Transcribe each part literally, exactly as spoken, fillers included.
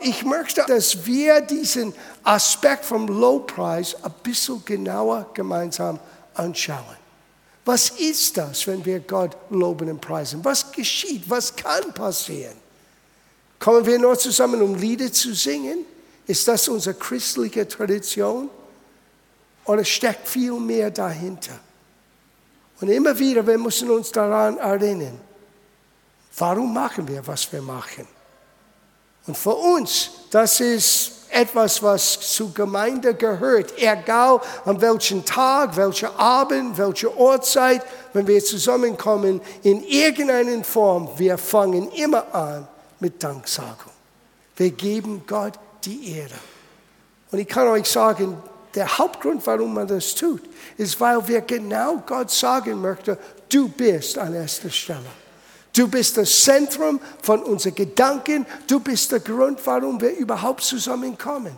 Ich möchte, dass wir diesen Aspekt vom Lobpreis ein bisschen genauer gemeinsam anschauen. Was ist das, wenn wir Gott loben und preisen? Was geschieht? Was kann passieren? Kommen wir nur zusammen, um Lieder zu singen? Ist das unsere christliche Tradition? Oder steckt viel mehr dahinter? Und immer wieder, wir müssen uns daran erinnern, warum machen wir, was wir machen? Und für uns, das ist etwas, was zur Gemeinde gehört. Egal an welchem Tag, welcher Abend, welche Uhrzeit, wenn wir zusammenkommen, in irgendeiner Form, wir fangen immer an mit Danksagung. Wir geben Gott die Ehre. Und ich kann euch sagen, der Hauptgrund, warum man das tut, ist, weil wir genau Gott sagen möchten, du bist an erster Stelle. Du bist das Zentrum von unseren Gedanken. Du bist der Grund, warum wir überhaupt zusammenkommen.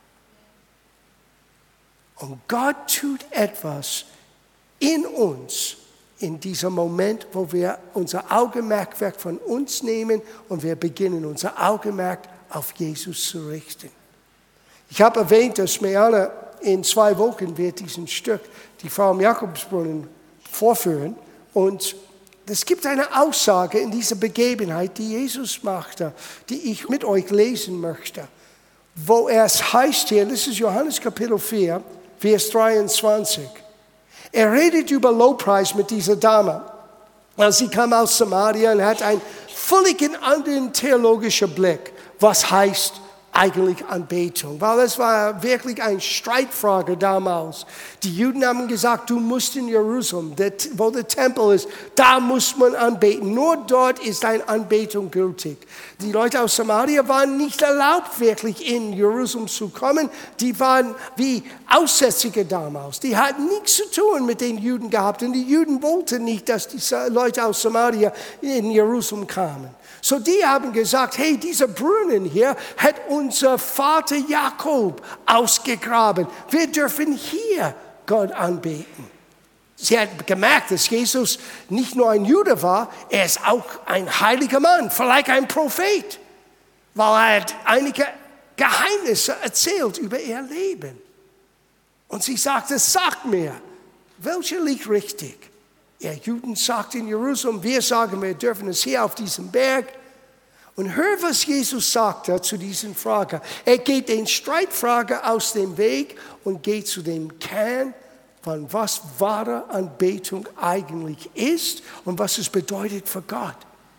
Und Gott tut etwas in uns, in diesem Moment, wo wir unser Augenmerk weg von uns nehmen und wir beginnen, unser Augenmerk auf Jesus zu richten. Ich habe erwähnt, dass Meana in zwei Wochen wird diesen Stück, die Frau am Jakobsbrunnen, vorführen. Und es gibt eine Aussage in dieser Begebenheit, die Jesus machte, die ich mit euch lesen möchte. Wo es heißt hier, das ist Johannes Kapitel vier, Vers dreiundzwanzig. Er redet über Lobpreis mit dieser Dame. Sie kam aus Samaria und hat einen völlig anderen theologischen Blick, was heißt eigentlich Anbetung, weil es war wirklich eine Streitfrage damals. Die Juden haben gesagt, du musst in Jerusalem, wo der Tempel ist, da muss man anbeten. Nur dort ist eine Anbetung gültig. Die Leute aus Samaria waren nicht erlaubt, wirklich in Jerusalem zu kommen. Die waren wie Aussätzige damals. Die hatten nichts zu tun mit den Juden gehabt. Und die Juden wollten nicht, dass die Leute aus Samaria in Jerusalem kamen. So die haben gesagt, hey, dieser Brunnen hier hat unser Vater Jakob ausgegraben. Wir dürfen hier Gott anbeten. Sie hat gemerkt, dass Jesus nicht nur ein Jude war, er ist auch ein heiliger Mann, vielleicht ein Prophet, weil er hat einige Geheimnisse erzählt über ihr Leben. Und sie sagte, sag mir, welcher liegt richtig? Ihr Juden sagt in Jerusalem, wir sagen, wir dürfen es hier auf diesem Berg. Und hör, was Jesus sagte zu diesen Fragen. Er geht den Streitfragen aus dem Weg und geht zu dem Kern, von was wahre Anbetung eigentlich ist und was es bedeutet für Gott.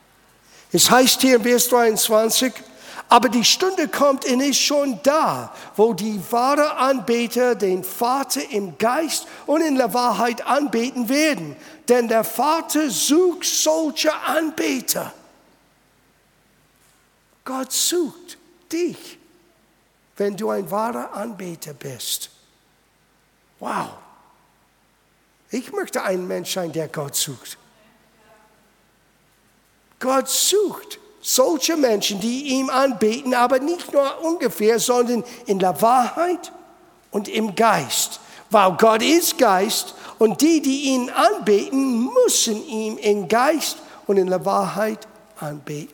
Es heißt hier in Vers dreiundzwanzig, aber die Stunde kommt und ist schon da, wo die wahren Anbeter den Vater im Geist und in der Wahrheit anbeten werden. Denn der Vater sucht solche Anbeter. Gott sucht dich, wenn du ein wahrer Anbeter bist. Wow. Ich möchte ein Mensch sein, der Gott sucht. Gott sucht solche Menschen, die ihm anbeten, aber nicht nur ungefähr, sondern in der Wahrheit und im Geist. Weil Gott ist Geist und die, die ihn anbeten, müssen ihm in Geist und in der Wahrheit anbeten.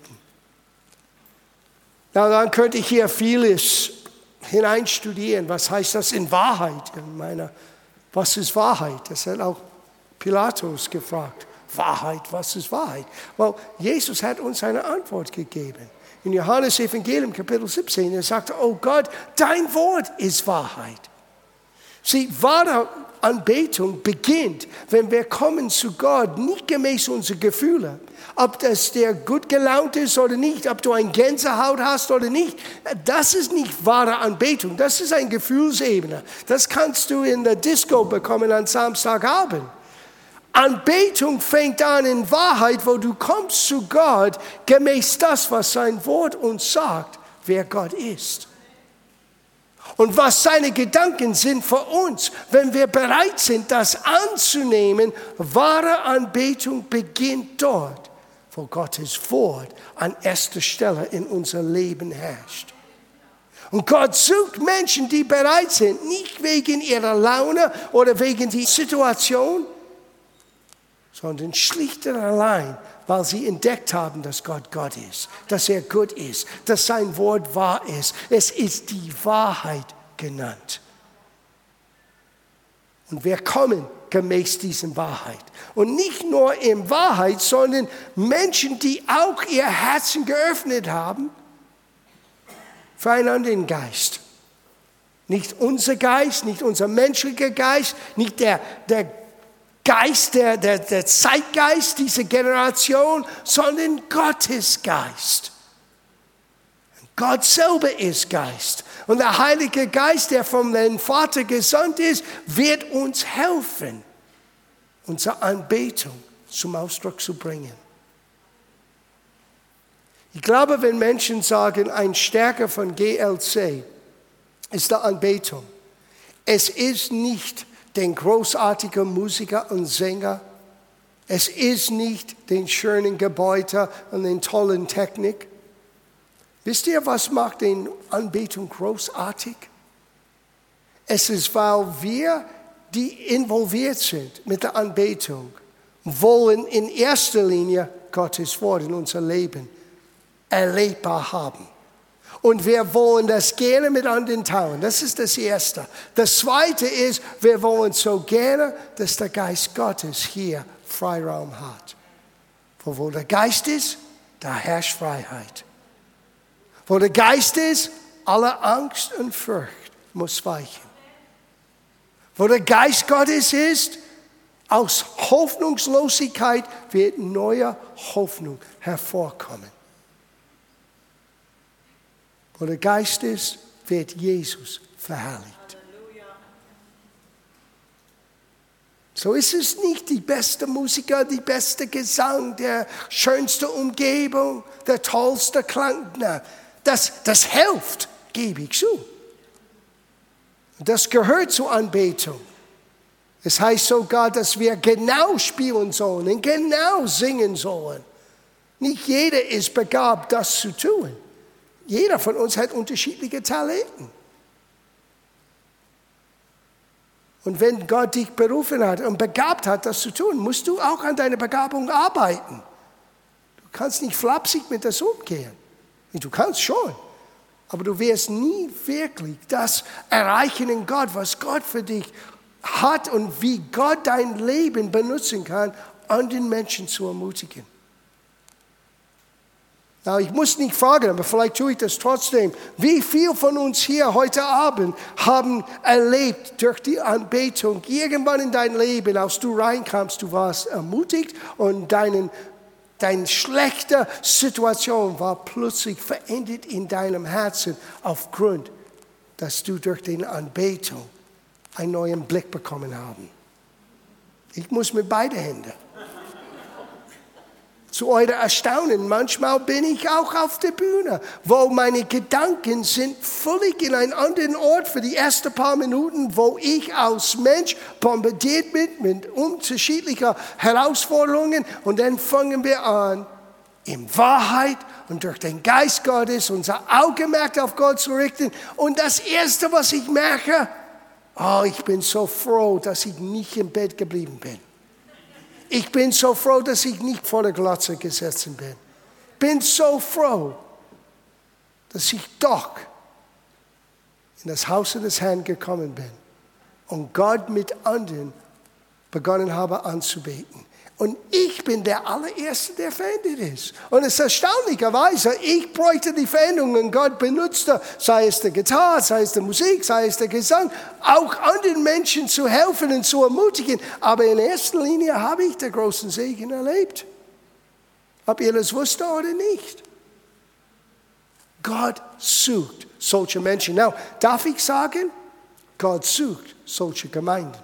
Na, dann könnte ich hier vieles hineinstudieren. Was heißt das in Wahrheit? Ich meine, was ist Wahrheit? Das hat auch Pilatus gefragt. Wahrheit, was ist Wahrheit? Well, Jesus hat uns eine Antwort gegeben. In Johannes Evangelium Kapitel siebzehn, er sagte, oh Gott, dein Wort ist Wahrheit. Sieh, wahre Anbetung beginnt, wenn wir kommen zu Gott, nicht gemäß unserer Gefühle. Ob das der gut gelaunt ist oder nicht, ob du ein Gänsehaut hast oder nicht, das ist nicht wahre Anbetung, das ist eine Gefühlsebene. Das kannst du in der Disco bekommen am Samstagabend. Anbetung fängt an in Wahrheit, wo du kommst zu Gott, gemäß das, was sein Wort uns sagt, wer Gott ist. Und was seine Gedanken sind für uns, wenn wir bereit sind, das anzunehmen. Wahre Anbetung beginnt dort, wo Gottes Wort an erster Stelle in unser Leben herrscht. Und Gott sucht Menschen, die bereit sind, nicht wegen ihrer Laune oder wegen der Situation, sondern schlicht und allein, weil sie entdeckt haben, dass Gott Gott ist, dass er gut ist, dass sein Wort wahr ist. Es ist die Wahrheit genannt. Und wir kommen gemäß dieser Wahrheit. Und nicht nur in Wahrheit, sondern Menschen, die auch ihr Herzen geöffnet haben für einen anderen Geist. Nicht unser Geist, nicht unser menschlicher Geist, nicht der, der Geist, der, der, der Zeitgeist dieser Generation, sondern Gottes Geist. Gott selber ist Geist. Und der Heilige Geist, der vom Vater gesandt ist, wird uns helfen, unsere Anbetung zum Ausdruck zu bringen. Ich glaube, wenn Menschen sagen, ein Stärke von G L C ist die Anbetung. Es ist nicht den großartigen Musiker und Sänger. Es ist nicht den schönen Gebäude und den tollen Technik. Wisst ihr, was macht die Anbetung großartig? Es ist, weil wir, die involviert sind mit der Anbetung, wollen in erster Linie Gottes Wort in unser Leben erlebbar haben. Und wir wollen das gerne mit anderen teilen. Das ist das Erste. Das Zweite ist, wir wollen so gerne, dass der Geist Gottes hier Freiraum hat. Wo der Geist ist, da herrscht Freiheit. Wo der Geist ist, alle Angst und Furcht muss weichen. Wo der Geist Gottes ist, aus Hoffnungslosigkeit wird neue Hoffnung hervorkommen. Wo der Geist ist, wird Jesus verherrlicht. So ist es nicht die beste Musiker, die beste Gesang, der schönste Umgebung, der tollste Klang. Nein, das, das hilft, gebe ich zu. Das gehört zur Anbetung. Es heißt sogar, dass wir genau spielen sollen und genau singen sollen. Nicht jeder ist begabt, das zu tun. Jeder von uns hat unterschiedliche Talente. Und wenn Gott dich berufen hat und begabt hat, das zu tun, musst du auch an deiner Begabung arbeiten. Du kannst nicht flapsig mit das umgehen. Du kannst schon, aber du wirst nie wirklich das erreichen in Gott, was Gott für dich hat und wie Gott dein Leben benutzen kann, anderen Menschen zu ermutigen. Na, ich muss nicht fragen, aber vielleicht tue ich das trotzdem. Wie viele von uns hier heute Abend haben erlebt durch die Anbetung, irgendwann in dein Leben, als du reinkamst, du warst ermutigt und deinen, deine schlechte Situation war plötzlich verändert in deinem Herzen aufgrund, dass du durch die Anbetung einen neuen Blick bekommen haben. Ich muss mit beiden Händen. Zu eurem Erstaunen, manchmal bin ich auch auf der Bühne, wo meine Gedanken sind völlig in einen anderen Ort für die ersten paar Minuten, wo ich als Mensch bombardiert bin mit unterschiedlichen Herausforderungen und dann fangen wir an, in Wahrheit und durch den Geist Gottes unser Augenmerk auf Gott zu richten. Und das Erste, was ich merke, oh, ich bin so froh, dass ich nicht im Bett geblieben bin. Ich bin so froh, dass ich nicht vor der Glotze gesessen bin. Bin so froh, dass ich doch in das Haus des Herrn gekommen bin und Gott mit anderen begonnen habe anzubeten. Und ich bin der allererste, der verändert ist. Und es ist erstaunlicherweise, ich bräuchte die Veränderungen, Gott benutzte, sei es der Gitarre, sei es die Musik, sei es der Gesang, auch anderen Menschen zu helfen und zu ermutigen. Aber in erster Linie habe ich den großen Segen erlebt. Ob ihr das wusstet oder nicht. Gott sucht solche Menschen. Now, darf ich sagen, Gott sucht solche Gemeinden.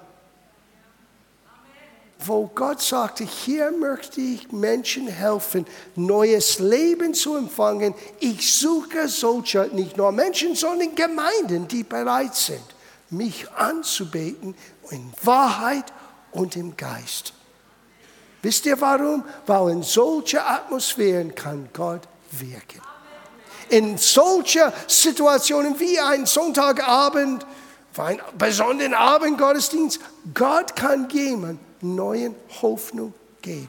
Wo Gott sagte, hier möchte ich Menschen helfen, neues Leben zu empfangen. Ich suche solche, nicht nur Menschen, sondern Gemeinden, die bereit sind, mich anzubeten in Wahrheit und im Geist. Wisst ihr warum? Weil in solchen Atmosphären kann Gott wirken. In solchen Situationen wie ein Sonntagabend, für einen besonderen Abendgottesdienst, Gott kann jemand neue Hoffnung geben.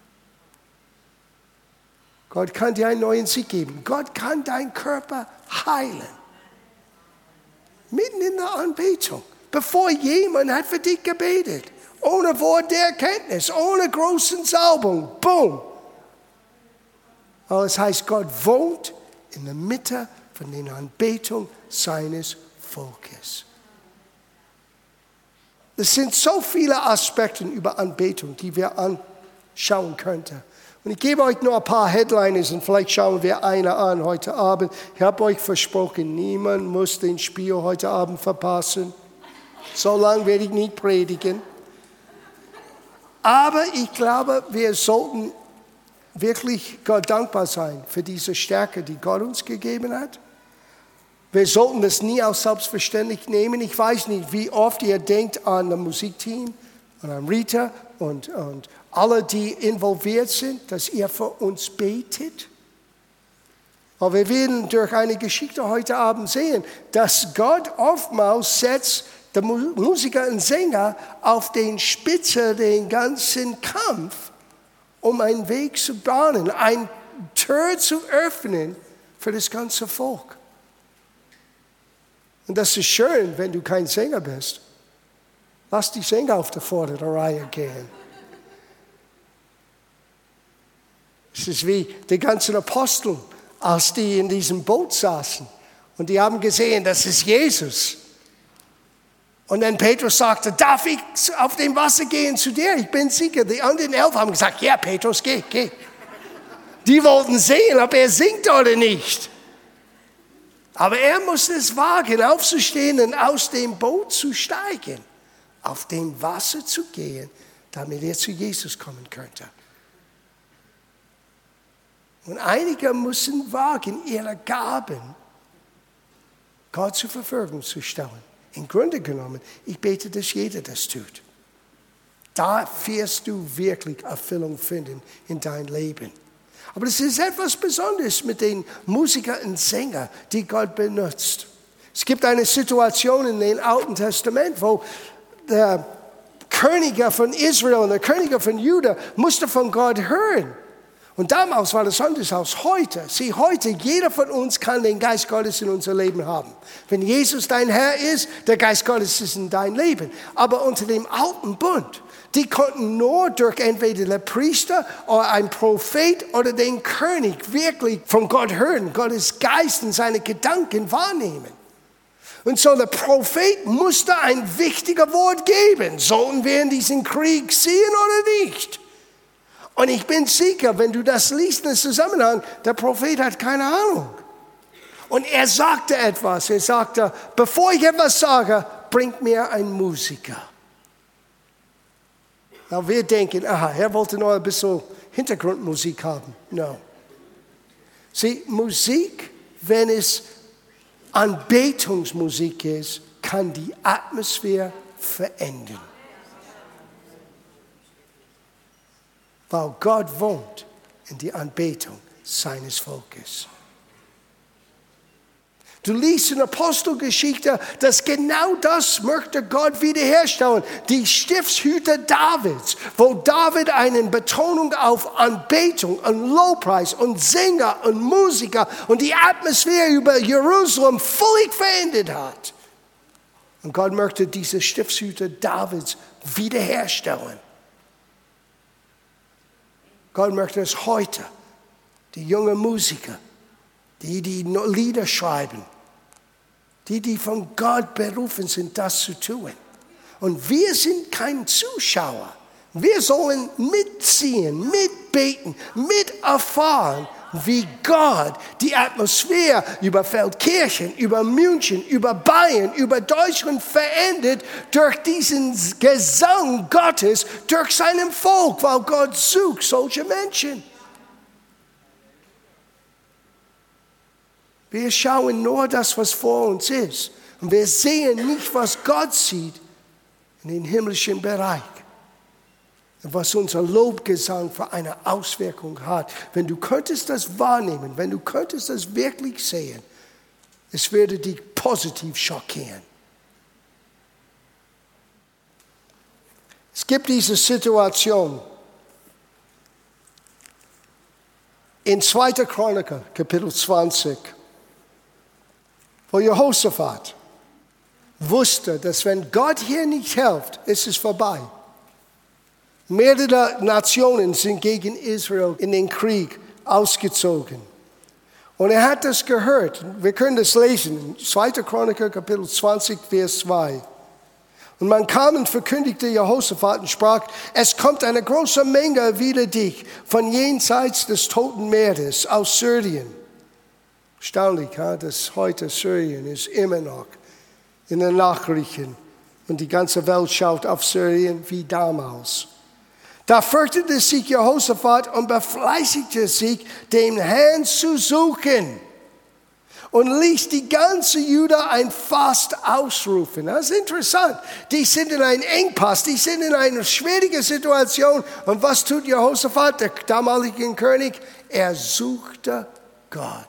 Gott kann dir einen neuen Sieg geben. Gott kann deinen Körper heilen. Mitten in der Anbetung. Bevor jemand hat für dich gebetet. Ohne Wort der Erkenntnis. Ohne großen Salbung. Boom. Aber es heißt, Gott wohnt in der Mitte von der Anbetung seines Volkes. Es sind so viele Aspekte über Anbetung, die wir anschauen könnten. Und ich gebe euch nur ein paar Headlines und vielleicht schauen wir eine an heute Abend. Ich habe euch versprochen, niemand muss den Spiel heute Abend verpassen. So lange werde ich nicht predigen. Aber ich glaube, wir sollten wirklich Gott dankbar sein für diese Stärke, die Gott uns gegeben hat. Wir sollten das nie als selbstverständlich nehmen. Ich weiß nicht, wie oft ihr denkt an das Musikteam und an Rita und, und alle, die involviert sind, dass ihr für uns betet. Aber wir werden durch eine Geschichte heute Abend sehen, dass Gott oftmals setzt die Musiker und Sänger auf den Spitze den ganzen Kampf, um einen Weg zu bahnen, eine Tür zu öffnen für das ganze Volk. Und das ist schön, wenn du kein Sänger bist. Lass die Sänger auf der vorderen Reihe gehen. Es ist wie die ganzen Apostel, als die in diesem Boot saßen. Und die haben gesehen, das ist Jesus. Und dann Petrus sagte, darf ich auf dem Wasser gehen zu dir? Ich bin sicher. Die anderen elf haben gesagt, ja Petrus, geh, geh. Die wollten sehen, ob er singt oder nicht. Aber er musste es wagen, aufzustehen und aus dem Boot zu steigen, auf dem Wasser zu gehen, damit er zu Jesus kommen könnte. Und einige müssen wagen, ihre Gaben Gott zur Verfügung zu stellen. Im Grunde genommen, ich bete, dass jeder das tut. Da wirst du wirklich Erfüllung finden in dein Leben. Aber es ist etwas Besonderes mit den Musikern und Sängern, die Gott benutzt. Es gibt eine Situation in dem Alten Testament, wo der König von Israel und der König von Juda musste von Gott hören. Und damals war das anders als heute. Sieh, heute, jeder von uns kann den Geist Gottes in unser Leben haben. Wenn Jesus dein Herr ist, der Geist Gottes ist in dein Leben. Aber unter dem alten Bund, die konnten nur durch entweder den Priester oder ein Prophet oder den König wirklich von Gott hören, Gottes Geist und seine Gedanken wahrnehmen. Und so der Prophet musste ein wichtiges Wort geben. Sollen wir in diesen Krieg ziehen oder nicht? Und ich bin sicher, wenn du das liest in den Zusammenhang, der Prophet hat keine Ahnung. Und er sagte etwas. Er sagte, bevor ich etwas sage, bringt mir einen Musiker. Na, wir denken, aha, er wollte noch ein bisschen Hintergrundmusik haben. No. Sieh, Musik, wenn es Anbetungsmusik ist, kann die Atmosphäre verändern. Weil Gott wohnt in die Anbetung seines Volkes. Du liest in der Apostelgeschichte, dass genau das möchte Gott wiederherstellen. Die Stiftshüter Davids, wo David eine Betonung auf Anbetung und Lobpreis und Sänger und Musiker und die Atmosphäre über Jerusalem völlig verändert hat. Und Gott möchte diese Stiftshüter Davids wiederherstellen. Gott möchte es heute, die jungen Musiker, die die Lieder schreiben, die, die von Gott berufen sind, das zu tun. Und wir sind kein Zuschauer. Wir sollen mitziehen, mitbeten, miterfahren, wie Gott die Atmosphäre über Feldkirchen, über München, über Bayern, über Deutschland verändert durch diesen Gesang Gottes, durch seinem Volk, weil Gott sucht solche Menschen. Wir schauen nur das, was vor uns ist. Und wir sehen nicht, was Gott sieht in den himmlischen Bereich. Und was unser Lobgesang für eine Auswirkung hat. Wenn du könntest das wahrnehmen, wenn du könntest das wirklich sehen, es würde dich positiv schockieren. Es gibt diese Situation, In zweiter Chroniker, Kapitel zwanzig, wo Jehoshaphat wusste, dass wenn Gott hier nicht hilft, ist es vorbei. Mehrere Nationen sind gegen Israel in den Krieg ausgezogen. Und er hat das gehört. Wir können das lesen. zweiter Chroniker, Kapitel zwanzig, Vers zwei. Und man kam und verkündigte Jehoshaphat und sprach, es kommt eine große Menge wider dich von jenseits des Toten Meeres aus Syrien. Erstaunlich, dass heute Syrien ist immer noch in den Nachrichten. Und die ganze Welt schaut auf Syrien wie damals. Da fürchtete sich Jehoshaphat und befleißigte sich, den Herrn zu suchen. Und ließ die ganze Juda ein Fast ausrufen. Das ist interessant. Die sind in einem Engpass, die sind in einer schwierigen Situation. Und was tut Jehoshaphat, der damalige König? Er suchte Gott.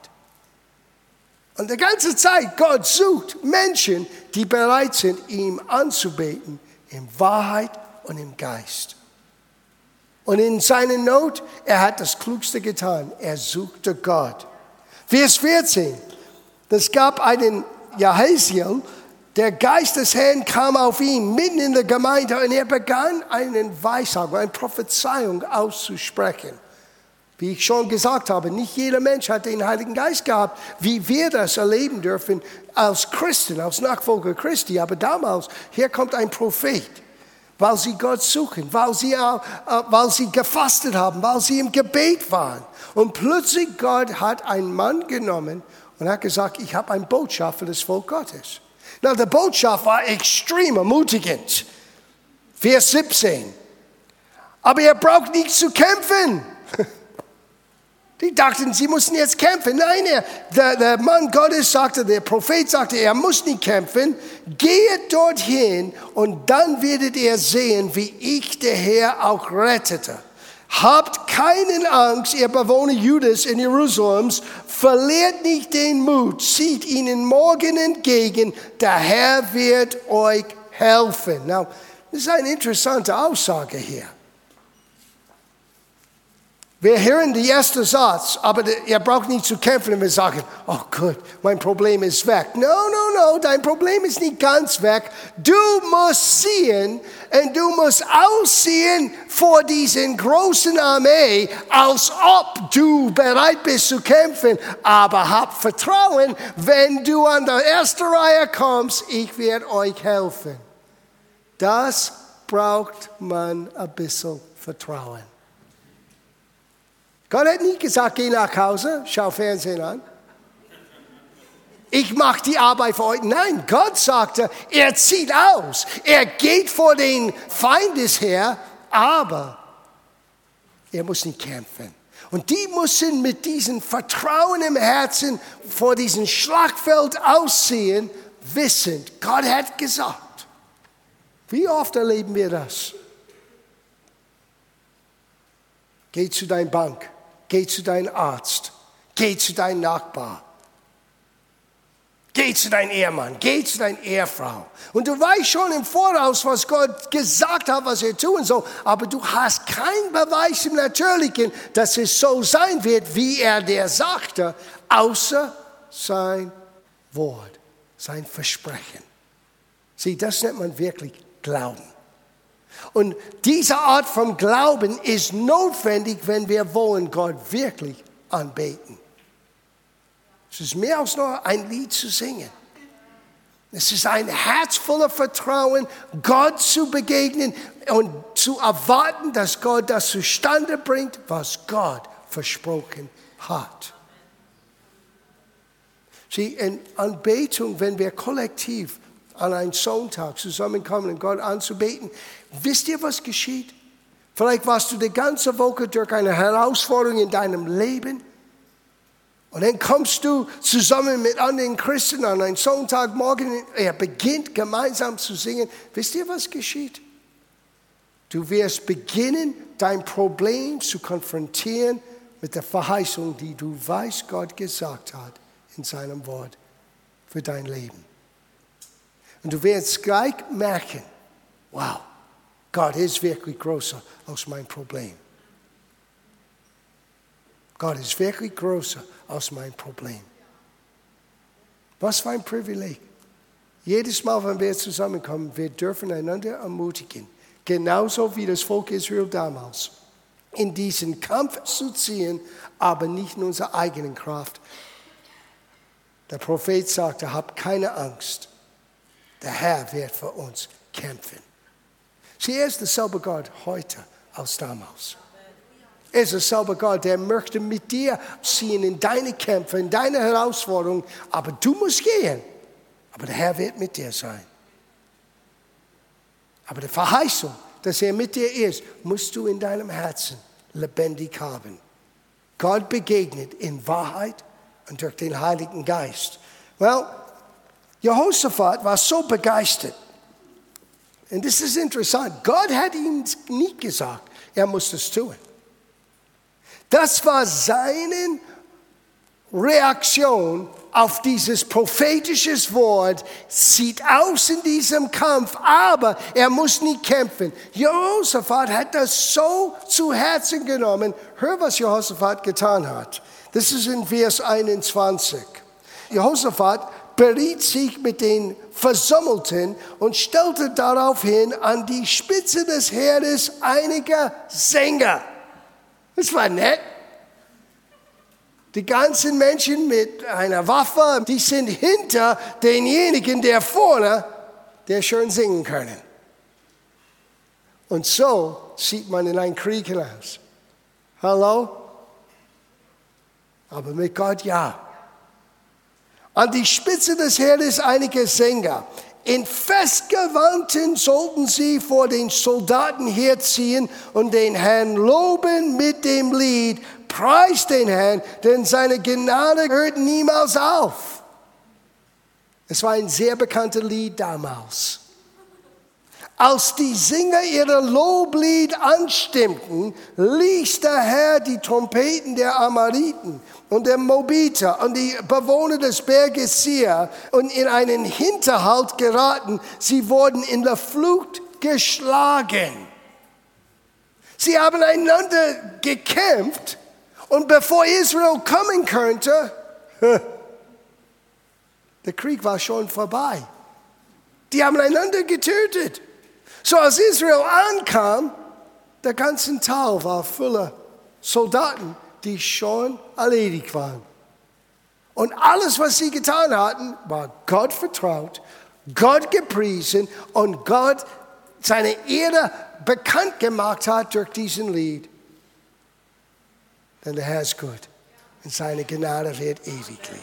Und die ganze Zeit, Gott sucht Menschen, die bereit sind, ihm anzubeten, in Wahrheit und im Geist. Und in seiner Not, er hat das Klugste getan. Er suchte Gott. Vers vierzehn. Es gab einen Jahaziel, der Geist des Herrn kam auf ihn, mitten in der Gemeinde, und er begann einen Weissagung, eine Prophezeiung auszusprechen. Wie ich schon gesagt habe, nicht jeder Mensch hat den Heiligen Geist gehabt, wie wir das erleben dürfen als Christen, als Nachfolger Christi. Aber damals, hier kommt ein Prophet, weil sie Gott suchen, weil sie, äh, weil sie gefastet haben, weil sie im Gebet waren. Und plötzlich Gott hat einen Mann genommen und hat gesagt, ich habe eine Botschaft für das Volk Gottes. Na, die Botschaft war extrem ermutigend. Vers siebzehn. Aber ihr braucht nicht zu kämpfen. Die dachten, sie mussten jetzt kämpfen. Nein, er, der, der Mann Gottes sagte, der Prophet sagte, er muss nicht kämpfen. Geht dorthin und dann werdet ihr sehen, wie ich der Herr auch rettete. Habt keine Angst, ihr Bewohner Judas in Jerusalems, verliert nicht den Mut, zieht ihnen morgen entgegen, der Herr wird euch helfen. Now, das ist eine interessante Aussage hier. Wir hören den ersten Satz, aber ihr braucht nicht zu kämpfen und wir sagen, oh Gott, mein Problem ist weg. No, no, no, dein Problem ist nicht ganz weg. Du musst sehen und du musst aussehen vor diesen großen Armee, als ob du bereit bist zu kämpfen. Aber hab Vertrauen, wenn du an der ersten Reihe kommst, ich werde euch helfen. Das braucht man ein bisschen Vertrauen. Gott hat nie gesagt, geh nach Hause, schau Fernsehen an. Ich mache die Arbeit für euch. Nein, Gott sagte, er zieht aus. Er geht vor den Feindes her, aber er muss nicht kämpfen. Und die müssen mit diesem Vertrauen im Herzen vor diesem Schlachtfeld aussehen, wissend, Gott hat gesagt. Wie oft erleben wir das? Geh zu deiner Bank. Geh zu deinem Arzt, geh zu deinem Nachbar, geh zu deinem Ehemann, geh zu deiner Ehefrau. Und du weißt schon im Voraus, was Gott gesagt hat, was er tun soll, aber du hast keinen Beweis im Natürlichen, dass es so sein wird, wie er dir sagte, außer sein Wort, sein Versprechen. Sieh, das nennt man wirklich Glauben. Und diese Art von Glauben ist notwendig, wenn wir wollen Gott wirklich anbeten. Es ist mehr als nur ein Lied zu singen. Es ist ein Herz voller Vertrauen, Gott zu begegnen und zu erwarten, dass Gott das zustande bringt, was Gott versprochen hat. Sieh, in Anbetung, wenn wir kollektiv an einem Sonntag zusammenkommen und Gott anzubeten, wisst ihr, was geschieht? Vielleicht warst du die ganze Woche durch eine Herausforderung in deinem Leben und dann kommst du zusammen mit anderen Christen an einem Sonntagmorgen, er beginnt gemeinsam zu singen. Wisst ihr, was geschieht? Du wirst beginnen, dein Problem zu konfrontieren mit der Verheißung, die du weißt, Gott gesagt hat in seinem Wort für dein Leben. Und du wirst gleich merken, wow, Gott ist wirklich größer als mein Problem. Gott ist wirklich größer als mein Problem. Was für ein Privileg. Jedes Mal, wenn wir zusammenkommen, wir dürfen einander ermutigen, genauso wie das Volk Israel damals, in diesen Kampf zu ziehen, aber nicht in unserer eigenen Kraft. Der Prophet sagte, habt keine Angst, der Herr wird für uns kämpfen. Sie ist derselbe Gott heute als damals. Er ist derselbe Gott, der möchte mit dir ziehen in deine Kämpfe, in deine Herausforderungen, aber du musst gehen. Aber der Herr wird mit dir sein. Aber die Verheißung, dass er mit dir ist, musst du in deinem Herzen lebendig haben. Gott begegnet in Wahrheit und durch den Heiligen Geist. Well, Jehoshaphat war so begeistert. Und das ist interessant. Gott hat ihm nicht gesagt, er muss das tun. Das war seine Reaktion auf dieses prophetische Wort. Sieht aus in diesem Kampf, aber er muss nicht kämpfen. Jehoshaphat hat das so zu Herzen genommen. Hör, was Jehoshaphat getan hat. Das ist in Vers einundzwanzig. Jehoshaphat beriet sich mit den Versammelten und stellte daraufhin an die Spitze des Heeres einige Sänger. Das war nett. Die ganzen Menschen mit einer Waffe, die sind hinter denjenigen, der vorne, der schön singen können. Und so sieht man in einen Krieg hinaus. Hallo? Aber mit Gott ja. An die Spitze des Heeres einige Sänger. In Festgewandten sollten sie vor den Soldaten herziehen und den Herrn loben mit dem Lied. Preis den Herrn, denn seine Gnade hört niemals auf. Es war ein sehr bekanntes Lied damals. Als die Sänger ihre Loblied anstimmten, ließ der Herr die Trompeten der Amariten und der Mobiter und die Bewohner des Berges Seir und in einen Hinterhalt geraten. Sie wurden in der Flucht geschlagen. Sie haben einander gekämpft und bevor Israel kommen könnte, der Krieg war schon vorbei. Die haben einander getötet. So als Israel ankam, der ganze Tal war voller Soldaten, die schon erledigt waren. Und alles, was sie getan hatten, war Gott vertraut, Gott gepriesen und Gott seine Ehre bekannt gemacht hat durch diesen Lied. Denn der Herr ist gut und seine Gnade wird ewiglich.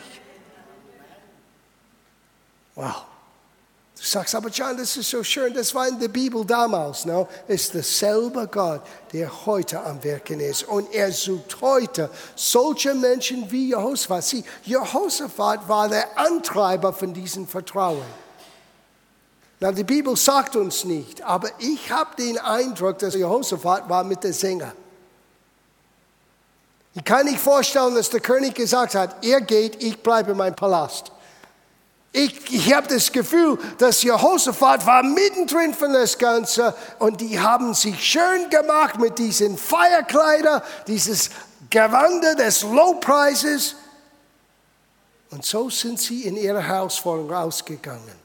Wow. Du sagst, aber John, das ist so schön, das war in der Bibel damals. No? Es ist derselbe Gott, der heute am Wirken ist. Und er sucht heute solche Menschen wie Jehoshaphat. Sieh, Jehoshaphat war der Antreiber von diesem Vertrauen. Na, die Bibel sagt uns nicht, aber ich habe den Eindruck, dass Jehoshaphat war mit der Sänger. Ich kann nicht vorstellen, dass der König gesagt hat, er geht, ich bleibe in meinem Palast. Ich, ich habe das Gefühl, dass Jehoshaphat war mittendrin von das Ganze und die haben sich schön gemacht mit diesen Feierkleidern, dieses Gewande des Lobpreises. Und so sind sie in ihre Herausforderung rausgegangen.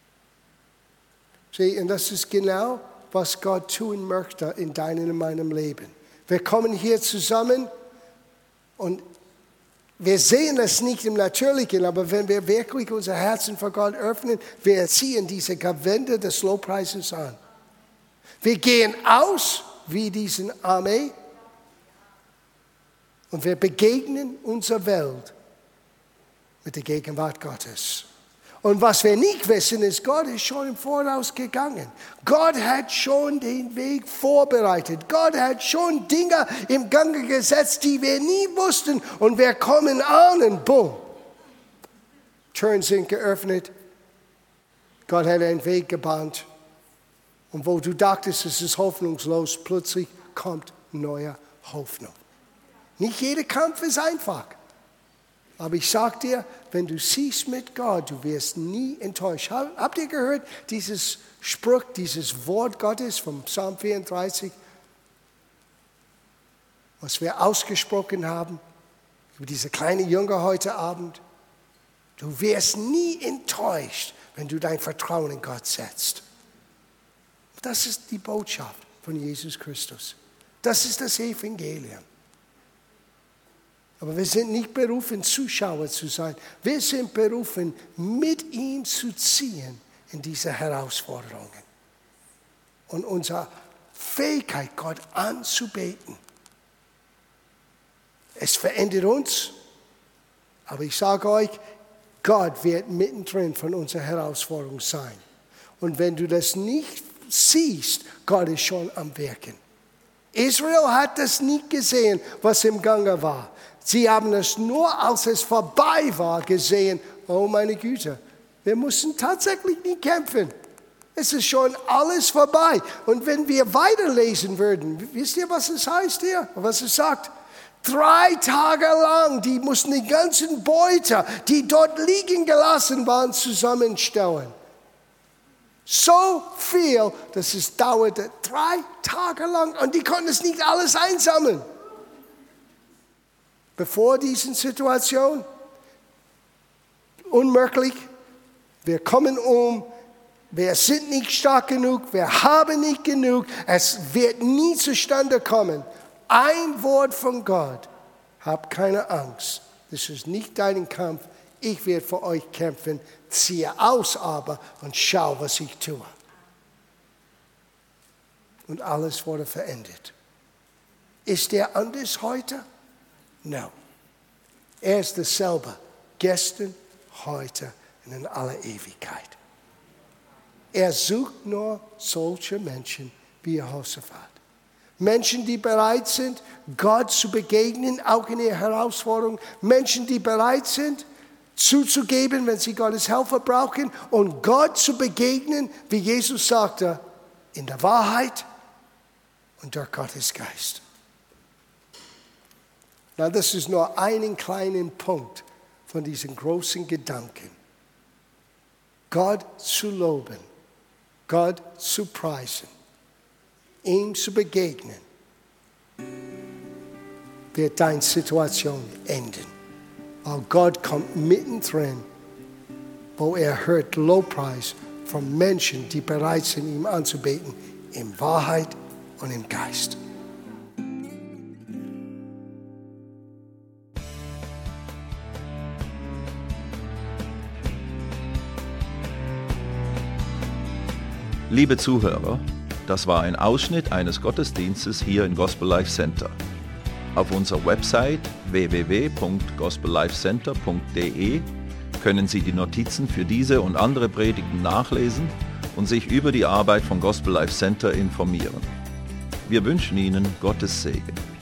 Sieh, und das ist genau, was Gott tun möchte in deinem und meinem Leben. Wir kommen hier zusammen und wir sehen es nicht im Natürlichen, aber wenn wir wirklich unser Herzen vor Gott öffnen, wir ziehen diese Gewände des Lobpreises an. Wir gehen aus wie diesen Armee und wir begegnen unserer Welt mit der Gegenwart Gottes. Und was wir nicht wissen, ist, Gott ist schon im Voraus gegangen. Gott hat schon den Weg vorbereitet. Gott hat schon Dinge im Gange gesetzt, die wir nie wussten. Und wir kommen an und boom. Türen sind geöffnet. Gott hat einen Weg gebahnt. Und wo du dachtest, es ist hoffnungslos, plötzlich kommt neue Hoffnung. Nicht jeder Kampf ist einfach. Aber ich sage dir, wenn du siehst mit Gott, du wirst nie enttäuscht. Habt ihr gehört, dieses Spruch, dieses Wort Gottes vom Psalm vierunddreißig, was wir ausgesprochen haben? über diese kleine Jünger heute Abend. Du wirst nie enttäuscht, wenn du dein Vertrauen in Gott setzt. Das ist die Botschaft von Jesus Christus. Das ist das Evangelium. Aber wir sind nicht berufen, Zuschauer zu sein. Wir sind berufen, mit ihm zu ziehen in diese Herausforderungen. Und unsere Fähigkeit, Gott anzubeten. Es verändert uns, aber ich sage euch, Gott wird mittendrin von unserer Herausforderung sein. Und wenn du das nicht siehst, Gott ist schon am Wirken. Israel hat das nicht gesehen, was im Gange war. Sie haben es nur, als es vorbei war, gesehen, oh meine Güte, wir mussten tatsächlich nicht kämpfen. Es ist schon alles vorbei. Und wenn wir weiterlesen würden, wisst ihr, was es heißt hier? Was es sagt? Drei Tage lang, die mussten die ganzen Beute, die dort liegen gelassen waren, zusammenstellen. So viel, dass es dauerte drei Tage lang und die konnten es nicht alles einsammeln. Bevor diese Situation, unmöglich, wir kommen um, wir sind nicht stark genug, wir haben nicht genug, es wird nie zustande kommen. Ein Wort von Gott, hab keine Angst, das ist nicht dein Kampf, ich werde für euch kämpfen, ziehe aus aber und schau, was ich tue. Und alles wurde verändert. Ist er anders heute? Nein. Er ist dasselbe, gestern, heute und in aller Ewigkeit. Er sucht nur solche Menschen wie Jehoshaphat. Menschen, die bereit sind, Gott zu begegnen, auch in ihrer Herausforderung. Menschen, die bereit sind, zuzugeben, wenn sie Gottes Hilfe brauchen. Und Gott zu begegnen, wie Jesus sagte, in der Wahrheit und durch Gottes Geist. Na, das ist nur einen kleinen Punkt von diesen großen Gedanken. Gott zu loben, Gott zu preisen, ihm zu begegnen, wird deine Situation enden. Weil Gott kommt mittendrin, wo er hört Lobpreis von Menschen, die bereit sind, ihm anzubeten, in Wahrheit und im Geist. Liebe Zuhörer, das war ein Ausschnitt eines Gottesdienstes hier im Gospel Life Center. Auf unserer Website w w w punkt gospel life center punkt d e können Sie die Notizen für diese und andere Predigten nachlesen und sich über die Arbeit von Gospel Life Center informieren. Wir wünschen Ihnen Gottes Segen.